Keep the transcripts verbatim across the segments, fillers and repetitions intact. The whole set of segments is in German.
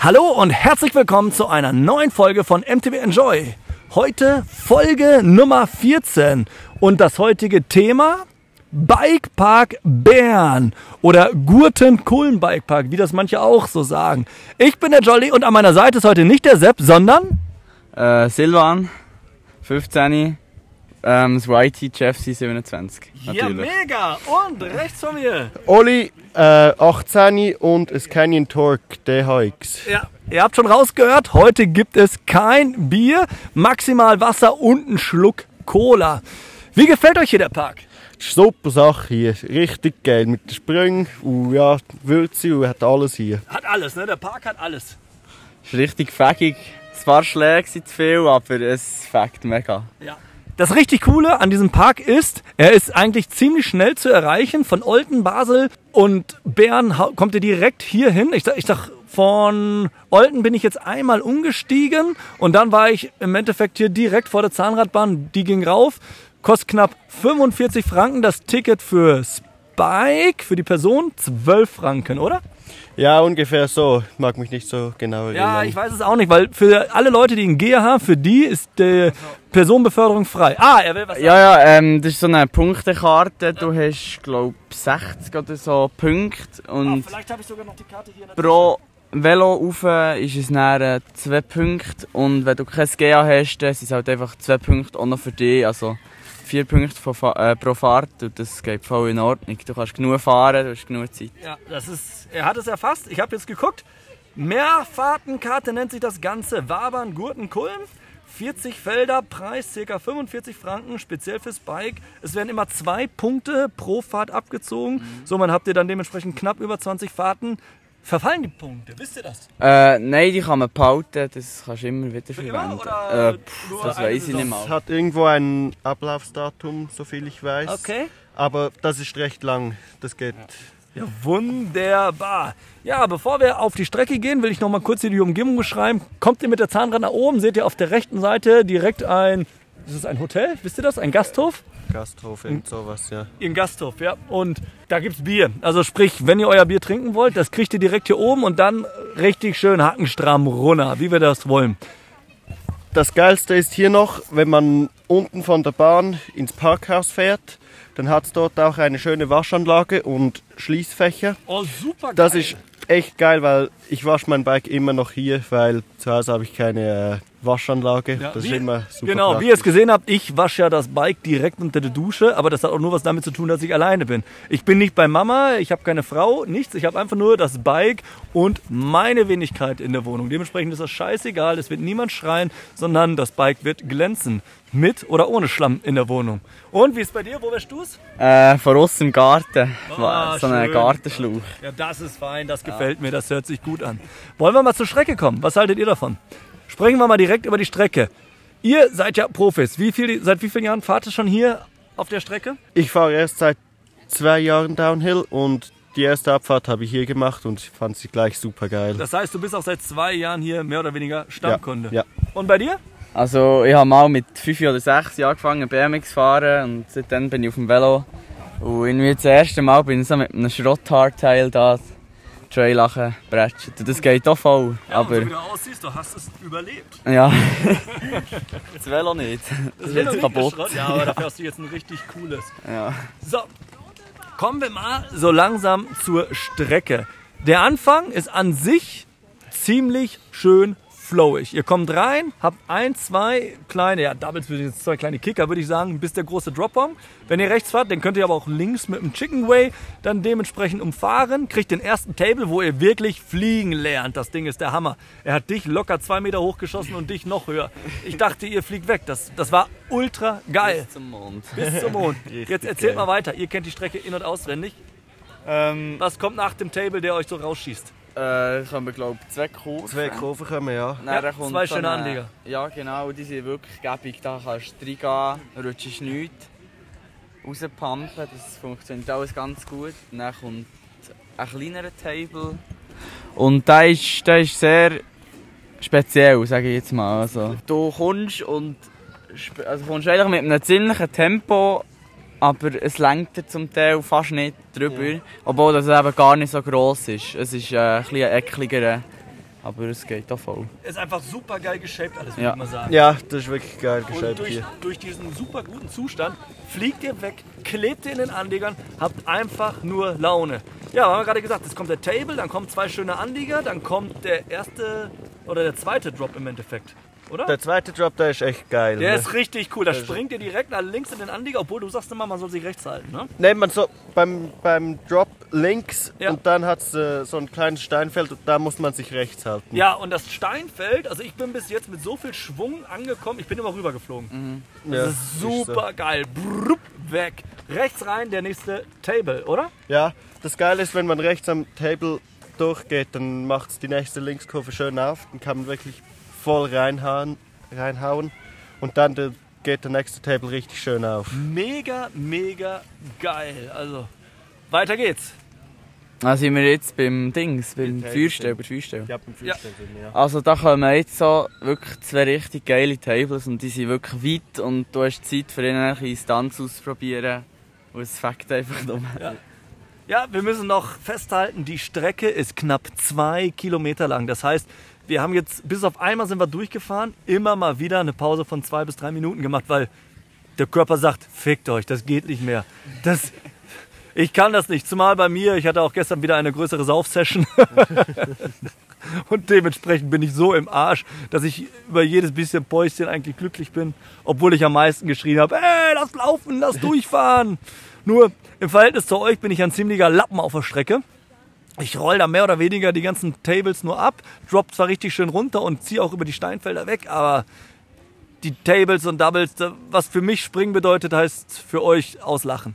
Hallo und herzlich willkommen zu einer neuen Folge von M T B Enjoy. Heute Folge Nummer vierzehn und das heutige Thema Bikepark Bern oder Gurtenkulm Bikepark, wie das manche auch so sagen. Ich bin der Jolly und an meiner Seite ist heute nicht der Sepp, sondern äh, Silvan, fünfzehn, ähm, das Y T Jeff C siebenundzwanzig. Ja, natürlich. mega! Und rechts von mir. Oli, äh, achtzehn und ein Canyon Torque D H X. Ja, ihr habt schon rausgehört, heute gibt es kein Bier, maximal Wasser und einen Schluck Cola. Wie gefällt euch hier der Park? Super Sache hier, richtig geil mit den Sprüngen und ja, Würze und hat alles hier. Hat alles, ne? Der Park hat alles. Ist richtig fäckig. Ein paar Schläge sind zu viel, aber es fängt mega. Ja. Das richtig Coole an diesem Park ist, er ist eigentlich ziemlich schnell zu erreichen. Von Olten, Basel und Bern kommt ihr direkt hier hin. Ich sag, ich sag, von Olten bin ich jetzt einmal umgestiegen und dann war ich im Endeffekt hier direkt vor der Zahnradbahn. Die ging rauf, kostet knapp fünfundvierzig Franken. Das Ticket fürs Bike, für die Person, zwölf Franken, oder? Ja, ungefähr so. Ich mag mich nicht so genau erinnern. Ja, ich weiß es auch nicht, weil für alle Leute, die einen G A haben, für die ist die Personenbeförderung frei. Ah, er will was sagen. Ja, ja, ähm, das ist so eine Punktekarte. Du hast, glaube ich, sechzig oder so Punkte. Und Ah, vielleicht habe ich sogar noch die Karte hier. pro Velo rauf ist es dann äh, zwei Punkte. Und wenn du kein G A hast, dann sind es halt einfach zwei Punkte auch noch für dich. Also vier Punkte pro, Fa äh, pro Fahrt und das geht voll in Ordnung. Du kannst genug fahren, du hast genug Zeit. Ja, das ist, er hat es erfasst. Ich habe jetzt geguckt. Mehrfahrtenkarte nennt sich das Ganze. Wabern, Gurtenkulm. vierzig Felder, Preis ca. fünfundvierzig Franken, speziell fürs Bike. Es werden immer zwei Punkte pro Fahrt abgezogen. Mhm. So, man habt ihr dann dementsprechend knapp über zwanzig Fahrten. Verfallen die Punkte, wisst ihr das? Äh, nein, die kann man behalten, das kannst du immer wieder verwenden. Oder äh, pff, das weiß ich nicht mal. Es hat irgendwo ein Ablaufsdatum, so viel ich weiß. Okay. Aber das ist recht lang, das geht. Ja, wunderbar. Ja, bevor wir auf die Strecke gehen, will ich noch mal kurz hier die Umgebung beschreiben. Kommt ihr mit der Zahnrad nach oben, seht ihr auf der rechten Seite direkt ein, ist es ein Hotel, wisst ihr das, ein Gasthof? Gasthof, irgend sowas, ja. Ein Gasthof, ja. Und da gibt's Bier. Also sprich, wenn ihr euer Bier trinken wollt, das kriegt ihr direkt hier oben und dann richtig schön hackenstramm runter, wie wir das wollen. Das Geilste ist hier noch, wenn man unten von der Bahn ins Parkhaus fährt, dann hat es dort auch eine schöne Waschanlage und Schließfächer. Oh, super geil. Das ist echt geil, weil ich wasche mein Bike immer noch hier, weil zu Hause habe ich keine äh, Waschanlage. Ja, das wie, ist immer super Genau, praktisch. wie ihr es gesehen habt, ich wasche ja das Bike direkt unter der Dusche, aber das hat auch nur was damit zu tun, dass ich alleine bin. Ich bin nicht bei Mama, ich habe keine Frau, nichts. Ich habe einfach nur das Bike und meine Wenigkeit in der Wohnung. Dementsprechend ist das scheißegal, es wird niemand schreien, sondern das Bike wird glänzen. Mit oder ohne Schlamm in der Wohnung. Und wie ist es bei dir? Wo wärst du es? Äh, von uns im Garten. Ah, so einen schön. Gartenschlauch. Ja, das ist fein, das gefällt mir, das hört sich gut an. Wollen wir mal zur Strecke kommen? Was haltet ihr davon? Sprechen wir mal direkt über die Strecke. Ihr seid ja Profis. Wie viel, seit wie vielen Jahren fahrt ihr schon hier auf der Strecke? Ich fahre erst seit zwei Jahren Downhill und die erste Abfahrt habe ich hier gemacht und ich fand sie gleich super geil. Das heißt, du bist auch seit zwei Jahren hier mehr oder weniger Stammkunde. Ja, ja. Und bei dir? Also ich habe mal mit fünf oder sechs Jahren angefangen B M X zu fahren und seitdem bin ich auf dem Velo. Und irgendwie das erste Mal bin ich so mit einem Schrott-Hardtail da Traillachen bretschen. Das geht auch voll. Ja, aber und so wie du aussiehst, du hast es überlebt. ja, das Velo nicht. Das ist Velo jetzt liegt kaputt. geschrott. Ja, aber dafür hast du jetzt ein richtig cooles. Ja. So, kommen wir mal so langsam zur Strecke. Der Anfang ist an sich ziemlich schön flowig. Ihr kommt rein, habt ein, zwei kleine, ja, Doubles würde ich jetzt zwei kleine Kicker, würde ich sagen, bis der große Drop-Bomb. Wenn ihr rechts fahrt, dann könnt ihr aber auch links mit dem Chicken Way dann dementsprechend umfahren, kriegt den ersten Table, wo ihr wirklich fliegen lernt. Das Ding ist der Hammer. Er hat dich locker zwei Meter hochgeschossen und dich noch höher. Ich dachte, ihr fliegt weg. Das, das war ultra geil. Bis zum Mond. Bis zum Mond. Jetzt erzählt mal weiter. Ihr kennt die Strecke in- und auswendig. Ähm, Was kommt nach dem Table, der euch so rausschießt? äh, kommen glaube ich zwei Kurven. Zwei Kurven kommen, ja. Dann Ja, kommt zwei so schöne eine- Anleger. Ja genau, die sind wirklich gäbig. Da kannst du reingehen, rutschst nichts, rauspumpen, das funktioniert alles ganz gut. Dann kommt ein kleinerer Table und der ist, der ist sehr speziell, sage ich jetzt mal. Also, du kommst und also kommst eigentlich mit einem ziemlichen Tempo, aber es lenkt dir zum Teil fast nicht drüber, ja. Obwohl das eben gar nicht so gross ist. Es ist äh, ein bisschen ein eckligerer aber es geht auch voll. Ist einfach super geil geshaped alles, würde Ja. ich mal sagen. Ja, das ist wirklich geil Und geschält durch, hier. durch diesen super guten Zustand fliegt ihr weg, klebt ihr in den Anliegern, habt einfach nur Laune. Ja, haben wir gerade gesagt, es kommt der Table, dann kommen zwei schöne Anlieger, dann kommt der erste oder der zweite Drop im Endeffekt, oder? Der zweite Drop, der ist echt geil. Der ne? ist richtig cool, da springt ihr direkt nach links in den Anlieger, obwohl du sagst immer, man soll sich rechts halten, ne? Ne, man so beim, beim Drop links Ja. und dann hat es äh, so ein kleines Steinfeld und da muss man sich rechts halten. Ja, und das Steinfeld, also ich bin bis jetzt mit so viel Schwung angekommen, ich bin immer rübergeflogen. Ja, Das ist super geil. Brupp, weg. Rechts rein, der nächste Table, oder? Ja, das Geile ist, wenn man rechts am Table durchgeht, dann macht es die nächste Linkskurve schön auf. Dann kann man wirklich voll reinhauen, reinhauen und dann der, geht der nächste Table richtig schön auf. Mega, mega geil. Also, weiter geht's. Da sind wir jetzt beim Dings, beim Table, Feuerstell, bei der Feuerstell. Ja, beim Freestyle sind wir, ja. Also da kommen jetzt so wirklich zwei richtig geile Tables und die sind wirklich weit und du hast Zeit für ihnen eine Instanz auszuprobieren und es fängt einfach nur. Ja, wir müssen noch festhalten, die Strecke ist knapp zwei Kilometer lang. Das heißt, wir haben jetzt, bis auf einmal sind wir durchgefahren, immer mal wieder eine Pause von zwei bis drei Minuten gemacht, weil der Körper sagt, fickt euch, das geht nicht mehr. Das, ich kann das nicht, zumal bei mir, ich hatte auch gestern wieder eine größere Saufsession. Und dementsprechend bin ich so im Arsch, dass ich über jedes bisschen Päuschen eigentlich glücklich bin, obwohl ich am meisten geschrien habe, ey, lass laufen, lass durchfahren. Nur im Verhältnis zu euch bin ich ein ziemlicher Lappen auf der Strecke. Ich roll da mehr oder weniger die ganzen Tables nur ab, drop zwar richtig schön runter und ziehe auch über die Steinfelder weg, aber die Tables und Doubles, was für mich springen bedeutet, heißt für euch auslachen.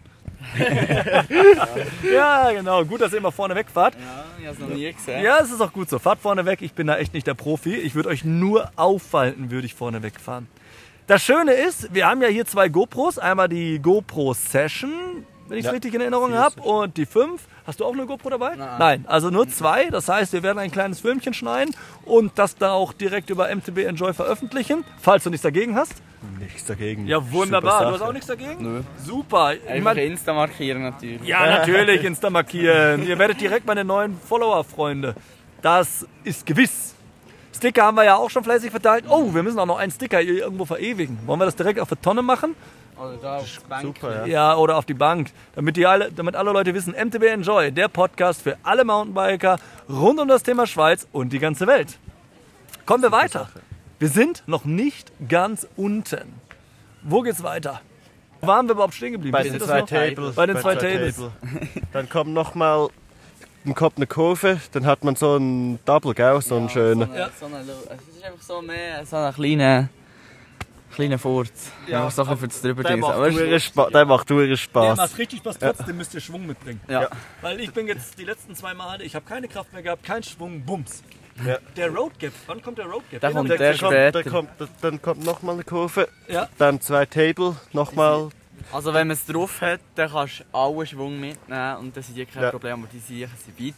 Ja, genau. Gut, dass ihr immer vorne wegfahrt. Ja, ich habe es noch nie gesehen. Ja, es ist auch gut so. Fahrt vorne weg. Ich bin da echt nicht der Profi. Ich würde euch nur aufhalten, würde ich vorne wegfahren. Das Schöne ist, wir haben ja hier zwei GoPros. Einmal die GoPro Session, wenn ich es Ja, richtig in Erinnerung habe, und die fünf. Hast du auch eine GoPro dabei? Nein. Nein, also nur zwei. Das heißt, wir werden ein kleines Filmchen schneiden und das dann auch direkt über M T B Enjoy veröffentlichen, falls du nichts dagegen hast. Nichts dagegen. Ja, wunderbar. Super Du hast Sache. auch nichts dagegen? Nö. Super. Ich Einfach mein, Insta markieren natürlich. ja, natürlich, Insta markieren. Ihr werdet direkt meine neuen Follower, Freunde. Das ist gewiss. Sticker haben wir ja auch schon fleißig verteilt. Oh, wir müssen auch noch einen Sticker hier irgendwo verewigen. Wollen wir das direkt auf der Tonne machen? Oder da auf die Bank. Super, ja. Ja, oder auf die Bank. Damit, die alle, damit alle Leute wissen, M T B Enjoy, der Podcast für alle Mountainbiker rund um das Thema Schweiz und die ganze Welt. Kommen wir weiter. Wir sind noch nicht ganz unten. Wo geht's weiter? Wo waren wir überhaupt stehen geblieben? Bei Wisst den ihr das zwei noch? Tables. Bei den zwei Tables. Dann kommt nochmal dann kommt eine Kurve, dann hat man so einen Double, gell? So einen schönen. So eine, so eine, es ist einfach so mehr so ein kleiner, kleiner Furz. Ja, Ja, so ein bisschen für das drüber Der Dings. macht Aber es ist hure Spa- der macht hure Der Spaß. macht richtig Spaß, trotzdem müsst ihr Schwung mitbringen. Ja. Weil ich bin jetzt die letzten zwei Male, ich habe keine Kraft mehr gehabt, kein Schwung, Bums. Ja. Der Road Gap, wann kommt der Road Gap? Der Den kommt hab ich- der Dann kommt, später. dann kommt, dann kommt nochmal eine Kurve, Ja. dann zwei Table, nochmal. Also wenn man es drauf hat, dann kannst du allen Schwung mitnehmen und das sind die kein Ja. Problem, aber die Siechen sind weit.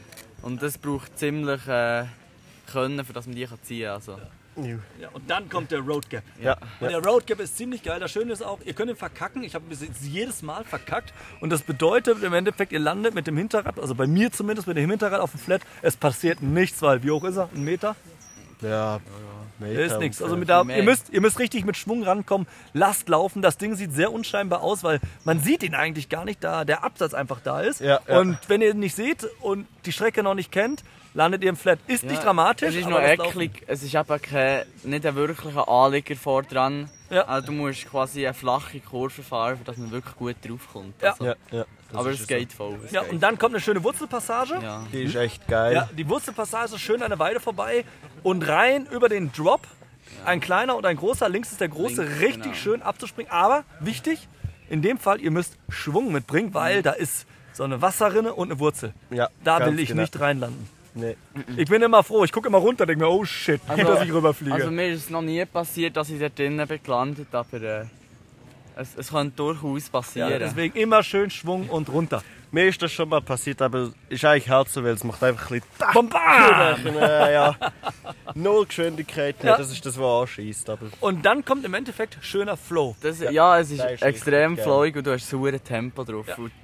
Und das braucht ziemlich äh, Können, für dass man die kann ziehen kann. Also. Ja, und dann kommt der Road Gap. Ja. Und der Road Gap ist ziemlich geil. Das Schöne ist auch, ihr könnt ihn verkacken. Ich habe bis jetzt jedes Mal verkackt. Und das bedeutet im Endeffekt, ihr landet mit dem Hinterrad, also bei mir zumindest mit dem Hinterrad auf dem Flat. Es passiert nichts, weil wie hoch ist er? Ein Meter? Ja, Meter Ist nichts. Also ungefähr. mit da, ihr, müsst, ihr müsst richtig mit Schwung rankommen. Lasst laufen. Das Ding sieht sehr unscheinbar aus, weil man sieht ihn eigentlich gar nicht, da der Absatz einfach da ist. Ja, ja. Und wenn ihr ihn nicht seht und die Strecke noch nicht kennt, landet ihr im Flat. Ist nicht Ja, dramatisch, Es ist aber noch lasst laufen. eklig, es ist eben kein, nicht ein wirklicher Anlieger vor dran. Ja. Also du musst quasi eine flache Kurve fahren, damit man wirklich gut draufkommt. Ja. Also, Ja, ja. Das aber ist es so. geht voll. Es Ja, geht. und dann kommt eine schöne Wurzelpassage. Ja. Die ist echt geil. Ja, die Wurzelpassage ist schön an der Weide vorbei und rein über den Drop. Ein kleiner und ein großer. Links ist der große, Links, richtig genau. schön abzuspringen. Aber wichtig, in dem Fall, ihr müsst Schwung mitbringen, weil da ist so eine Wasserrinne und eine Wurzel. Ja, Da ganz will ich genau. nicht reinlanden. Nee. Ich bin immer froh, ich gucke immer runter, denke mir, oh shit, Also- gut, dass ich rüberfliege. Also mir ist es noch nie passiert, dass ich dort drinnen bin gelandet, aber äh, es, es kann durchaus ja, passieren. deswegen immer schön Schwung und runter. Mir ist das schon mal passiert, aber ist eigentlich halt so, weil es macht einfach ein bisschen Bombard! äh, ja. Null Geschwindigkeit mehr, Ja. das ist das, was anschießt. Aber Und dann kommt im Endeffekt schöner Flow. Das, ja, es ist das ist extrem richtig geil. flowig und du hast ein hohes Tempo drauf. Ja. Und Ja.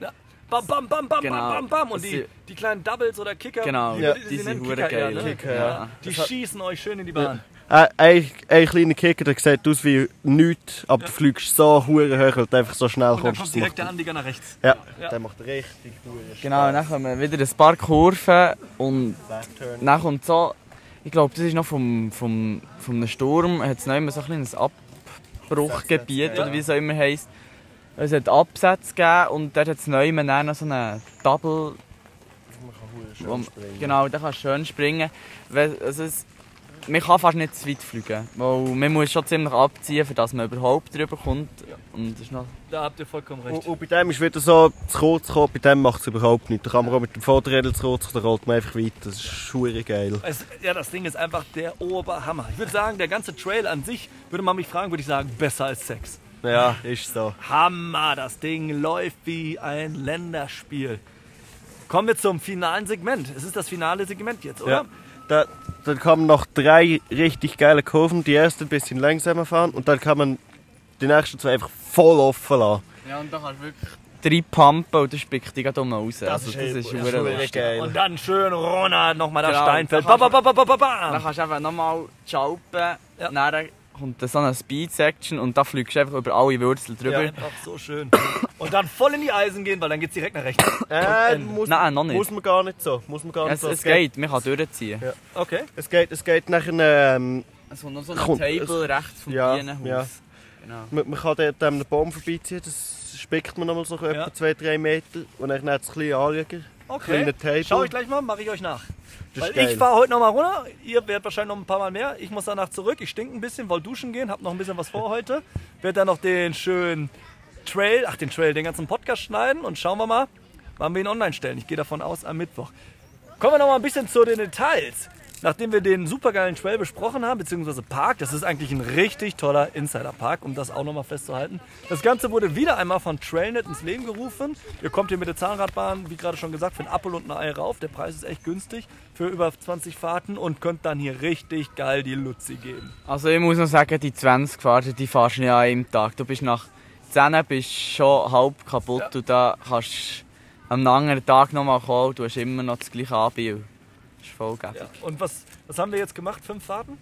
Bam, bam, bam, bam, Genau. bam, bam, bam. Und Das die, sind- die kleinen Doubles oder Kicker, Genau, wie, Ja. die, die, die die sind nennen hure Kicker, ja, geil. ne? Kicker, ja. Die schießen euch schön in die Bahn. Äh, ein, ein kleiner Kicker, der sieht aus wie nichts, aber du fliegst so hure hoch, weil du einfach so schnell Und dann kommst. kommt das direkt der macht- Anlieger nach rechts. Ja, Ja. der macht richtig hure Genau, dann kommen wieder ein paar Kurven und Backturn. dann kommt so, ich glaube, das ist noch vom, vom, vom einem Sturm, hat es noch immer so ein kleines Abbruchgebiet, Ja. oder wie es auch immer heisst. Es hat Absätze gegeben und dort hat es neu noch so einen Double. Man kann hure schön Wo, springen. genau, da kannst du schön springen. Weil, also es, man kann fast nicht zu weit fliegen, weil man muss schon ziemlich abziehen, für dass man überhaupt drüber kommt. Und das ist noch... Da habt ihr vollkommen recht. Und, und bei dem ist wieder so zu kurz gekommen, bei dem macht es überhaupt nichts. Da kann man auch mit dem Vorderrädel zu kurz, da rollt man einfach weiter. Das ist hure geil. Es, ja, das Ding ist einfach der Oberhammer. Ich würde sagen, der ganze Trail an sich, würde man mich fragen, würde ich sagen, besser als Sex. Ja, ist so. Hammer, das Ding läuft wie ein Länderspiel. Kommen wir zum finalen Segment. Es ist das finale Segment jetzt, oder? Ja. Da, dann kommen noch drei richtig geile Kurven. Die erste ein bisschen langsamer fahren und dann kann man die nächsten zwei einfach voll offen lassen. Ja, und da kannst du wirklich drei pumpen und dann spickt die gerade um raus. Das also, ist das echt- ist das ist verdammt verdammt lustig. geil. Und dann schön runter, nochmal das Genau, Steinfeld. da Ba, kannst ba, ba, ba, ba, Dann ba. kannst du einfach nochmal jumpen, Ja. dann kommt dann so eine Speed-Section und da fliegst du einfach über alle Wurzeln Ja, drüber. einfach so schön. Und dann voll in die Eisen gehen, weil dann geht's direkt nach rechts. Äh, Und, muss, Nein, noch nicht. muss man gar nicht so. Muss man gar nicht Es, so. es geht, man kann durchziehen. Ja. Okay. Es geht, es geht nachher. Ähm, Es kommt noch so ein Kommt- Table rechts vom ja, Bienenhaus. ja. Genau. man, man kann dort an einem Baum vorbeiziehen, das spickt man noch mal so Ja. etwa zwei drei Meter. Und dann hat es ein bisschen Anlieger. Okay. Kleiner Table. Schau ich gleich mal, mache ich euch nach. Das Weil ist geil. ich fahre heute noch mal runter, ihr werdet wahrscheinlich noch ein paar Mal mehr. Ich muss danach zurück, ich stink ein bisschen, wollte duschen gehen, hab noch ein bisschen was vor heute. Werde dann noch den schönen Trail, ach den Trail, den ganzen Podcast schneiden und schauen wir mal, wann wir ihn online stellen. Ich gehe davon aus am Mittwoch. Kommen wir noch mal ein bisschen zu den Details. Nachdem wir den supergeilen Trail besprochen haben, beziehungsweise Park, das ist eigentlich ein richtig toller Insider-Park, um das auch nochmal festzuhalten. Das Ganze wurde wieder einmal von Trailnet ins Leben gerufen. Ihr kommt hier mit der Zahnradbahn, wie gerade schon gesagt, für ein Apfel und ein Ei rauf. Der Preis ist echt günstig für über zwanzig Fahrten und könnt dann hier richtig geil die Luzi geben. Also ich muss noch sagen, die zwanzig Fahrten, die fahrst du nicht an einem Tag. Du bist nach zehn bist schon halb kaputt Ja. und da kannst du am anderen Tag noch mal kommen und du hast immer noch das gleiche Anbild. Das ist voll geil. Ja. Und was, was haben wir jetzt gemacht? Fünf Fahrten?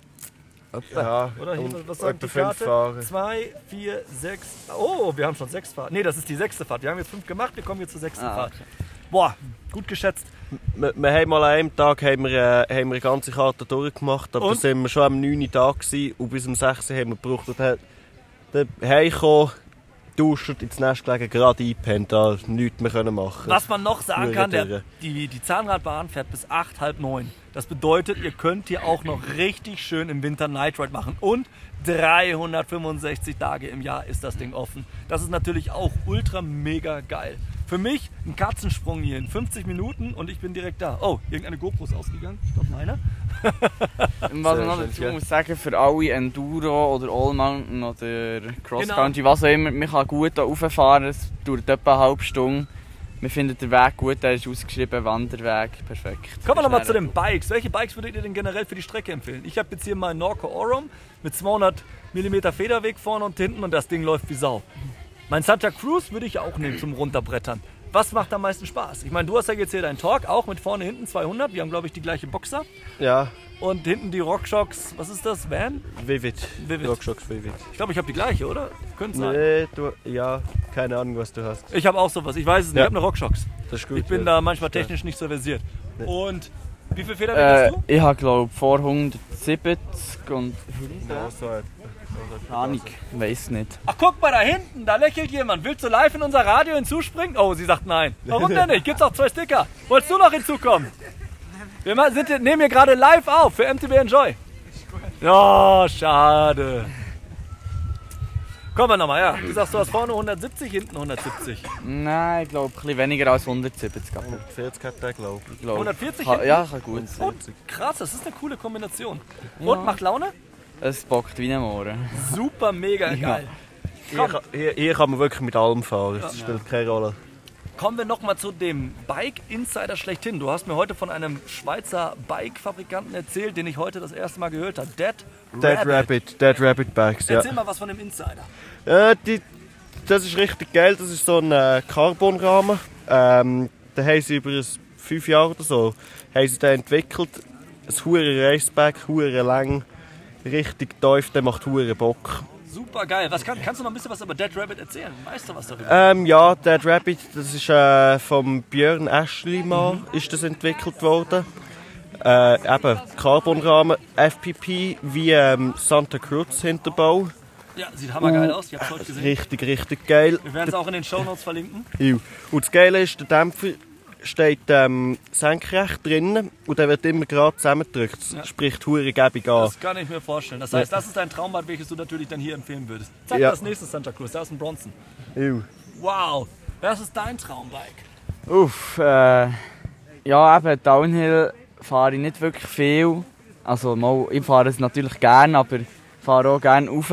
Ja, Oder hier, und was sagt die etwa fünf Karte? Fahrer. Zwei, vier, sechs. Oh, wir haben schon sechs Fahrten. Nee, das ist die sechste Fahrt. Wir haben jetzt fünf gemacht, wir kommen jetzt zur sechsten Ah, Fahrt. Boah, gut geschätzt. Wir, wir haben mal an einem Tag haben wir, äh, haben wir eine ganze Karte durchgemacht, aber Und? da sind wir schon am neunten Tag gewesen, und bis um sechs haben wir gebraucht. Und dann, dann heimgekommen, duschen, ins Nest gelegen, gerade eingepennt, da nichts mehr können machen. Was man noch sagen Nur kann, der, Irre. die, die Zahnradbahn fährt bis acht, halb neun. Das bedeutet, ihr könnt hier auch noch richtig schön im Winter Night Ride machen. Und dreihundertfünfundsechzig Tage im Jahr ist das Ding offen. Das ist natürlich auch ultra mega geil. Für mich ein Katzensprung hier in fünfzig Minuten und ich bin direkt da. Oh, irgendeine GoPro ist ausgegangen. Ich glaube meine. Und was Sehr ich noch schön, dazu ja. muss sagen, für alle Enduro oder All Mountain oder Cross Genau. Country, was auch immer, man kann gut hier rauffahren, es dauert etwa eine halbe Stunde. Man findet den Weg gut, der ist ausgeschrieben, Wanderweg, perfekt. Kommen wir nochmal Ist zu dann- den Bikes. Welche Bikes würdet ihr denn generell für die Strecke empfehlen? Ich habe jetzt hier meinen Norco Orum mit zweihundert Millimeter Federweg vorne und hinten und das Ding läuft wie Sau. Mein Santa Cruz würde ich auch nehmen zum Runterbrettern. Was macht am meisten Spaß? Ich meine, du hast ja jetzt hier deinen Torque, auch mit vorne hinten zweihundert. Wir haben, glaube ich, die gleiche Boxer. Ja, Und hinten die RockShox, was ist das? Van? Vivid. Vivid. Rockshox Vivid. Ich glaube, ich habe die gleiche, oder? Könnte sein. Nee, du, ja, keine Ahnung, was du hast. Ich habe auch sowas. Ich weiß es nicht. Ja. Ich habe eine RockShox. Das ist gut. Ich bin ja. da manchmal technisch nicht so versiert. Und wie viel Federweg hast Äh, du? ich habe glaube vor hundertsiebzig und... Ja, so etwa. Keine Ahnung, ich weiss nicht. Ach, guck mal da hinten, da lächelt jemand. Willst du live in unser Radio hinzuspringen? Oh, sie sagt nein. Warum denn nicht? Gibt's auch zwei Sticker. Wolltest du noch hinzukommen? Wir ma- sind, hier- nehmen hier gerade live auf für M T B Enjoy. Oh, schade. Kommen wir nochmal, ja. Du sagst, du hast vorne hundertsiebzig, hinten hundertsiebzig. Nein, ich glaube ein bisschen weniger als hundertsiebzig. aber hundertvierzig hat der, glaube ich. ich glaub- hundertvierzig Kann- hinten? Ja, kann gut sein. Und krass, das ist eine coole Kombination. Ja. Und macht Laune? Es bockt wie ein Mohren. Super, mega geil. Hier, kann- hier, hier kann man wirklich mit allem fahren, das spielt keine Rolle. Kommen wir nochmal zu dem Bike-Insider schlechthin. Du hast mir heute von einem Schweizer Bike-Fabrikanten erzählt, den ich heute das erste Mal gehört habe. Dead, Dead Rabbit, Dead Rabbit Bikes, ja. Erzähl mal was von dem Insider. Äh, die, das ist richtig geil. Das ist so ein äh, Carbonrahmen. Ähm, den haben sie über ein, fünf Jahre oder so haben sie den entwickelt. Ein hure Raceback, hure lang, richtig tief, der macht hure Bock. Super geil. Was kann, kannst du noch ein bisschen was über Dead Rabbit erzählen? Weißt du was darüber? Ähm, ja, Dead Rabbit, das ist äh, vom Björn Aschlimann mhm. ist das entwickelt worden. Äh, eben Carbonrahmen, F P P wie ähm, Santa Cruz Hinterbau. Ja, sieht hammergeil aus. Ich hab's heute gesehen. Richtig, richtig geil. Wir werden es auch in den Shownotes verlinken. Ja. Und das Geile ist, der Dämpfer steht ähm, senkrecht drinnen und der wird immer gerade zusammengedrückt. Das ja. spricht hure gebig an. Das kann ich mir vorstellen. Das heißt, das ist ein Traumbad, welches du natürlich dann hier empfehlen würdest. Zeig ja. das nächste Santa Cruz, da ist ein Bronson. Ja. Wow, was ist dein Traumbike? Uff, äh, ja eben, Downhill fahre ich nicht wirklich viel. Also mal, ich fahre es natürlich gerne, aber ich fahre auch gerne rauf.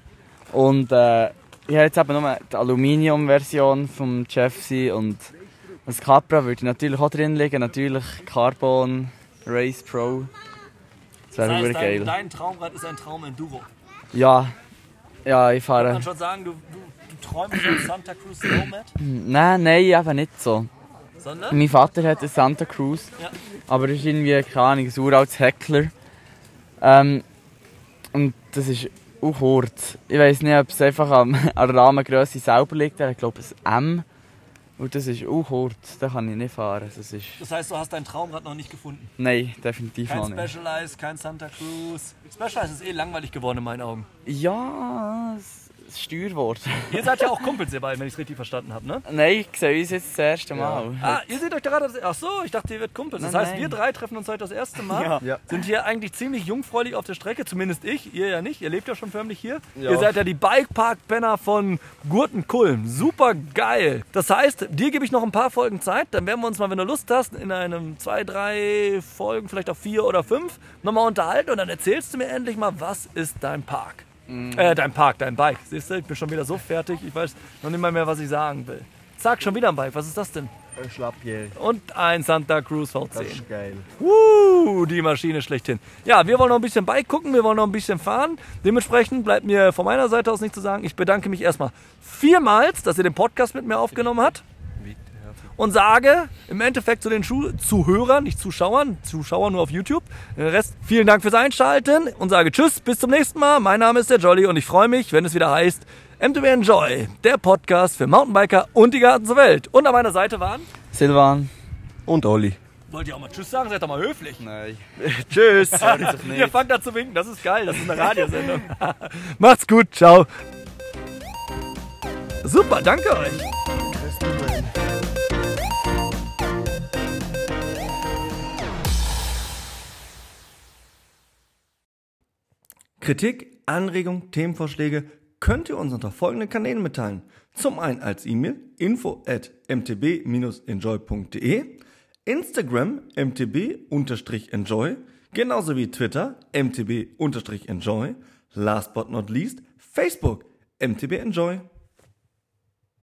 Und äh, ich habe jetzt eben nur die Aluminium-Version vom Jeffsy und das Capra würde natürlich auch drin liegen, natürlich Carbon Race Pro. Das wäre das heißt, geil. Dein, dein Traumrad ist ein Traum-Enduro. Ja, ja, ich fahre. Kann man schon sagen, du, du, du träumst von Santa Cruz Nomad? Nein, nein, eben nicht so. Sondern? Mein Vater hat einen Santa Cruz, ja. aber das ist irgendwie, keine Ahnung, ein uraltes Heckler. Ähm, und das ist auch kurz. Ich weiss nicht, ob es einfach an, an der Rahmengrösse selber liegt. Ich glaube, es ist M. Und das ist auch kurz, da kann ich nicht fahren. Das, ist das heißt, du hast dein Traumrad noch nicht gefunden? Nein, definitiv kein noch nicht. Kein Specialized, kein Santa Cruz. Specialized ist eh langweilig geworden in meinen Augen. Ja, das Steuerwort. Ihr seid ja auch Kumpels, ihr beiden, wenn ich es richtig verstanden habe, ne? Nein, ich sehe uns jetzt das erste Mal. Ja. Ah, ihr seht euch gerade... Ach so, ich dachte, ihr werdet Kumpels. Das nein, heißt, nein. wir drei treffen uns heute das erste Mal. Ja. Ja. Sind hier eigentlich ziemlich jungfräulich auf der Strecke, zumindest ich. Ihr ja nicht, ihr lebt ja schon förmlich hier. Ja. Ihr seid ja die Bikepark-Penner von Gurtenkulm. Super geil. Das heißt, dir gebe ich noch ein paar Folgen Zeit. Dann werden wir uns mal, wenn du Lust hast, in einem zwei, drei Folgen, vielleicht auch vier oder fünf, nochmal unterhalten. Und dann erzählst du mir endlich mal, was ist dein Park? Mhm. Äh, dein Park, dein Bike. Siehst du, ich bin schon wieder so fertig, ich weiß noch nicht mal mehr, was ich sagen will. Zack, schon wieder ein Bike. Was ist das denn? Ein Schlappjäger. Und ein Santa Cruz V zehn. Das ist geil. Uh, die Maschine schlechthin. Ja, wir wollen noch ein bisschen Bike gucken, wir wollen noch ein bisschen fahren. Dementsprechend bleibt mir von meiner Seite aus nichts zu sagen. Ich bedanke mich erstmal vielmals, dass ihr den Podcast mit mir aufgenommen habt. Und sage im Endeffekt zu den Schu- Zuhörern, nicht Zuschauern, Zuschauer nur auf YouTube, den Rest, vielen Dank fürs Einschalten und sage Tschüss, bis zum nächsten Mal. Mein Name ist der Jolly und ich freue mich, wenn es wieder heißt M T B Enjoy, der Podcast für Mountainbiker und die ganze Welt. Und an meiner Seite waren Silvan und Olli. Wollt ihr auch mal Tschüss sagen? Seid doch mal höflich. Nein. Tschüss. Ihr fangt da zu winken, das ist geil, das ist eine Radiosendung. Macht's gut, ciao. Super, danke euch. Kritik, Anregung, Themenvorschläge könnt ihr uns unter folgenden Kanälen mitteilen. Zum einen als E-Mail info at m t b dash enjoy punkt d e, Instagram m t b enjoy, genauso wie Twitter m t b enjoy, last but not least Facebook m t b enjoy.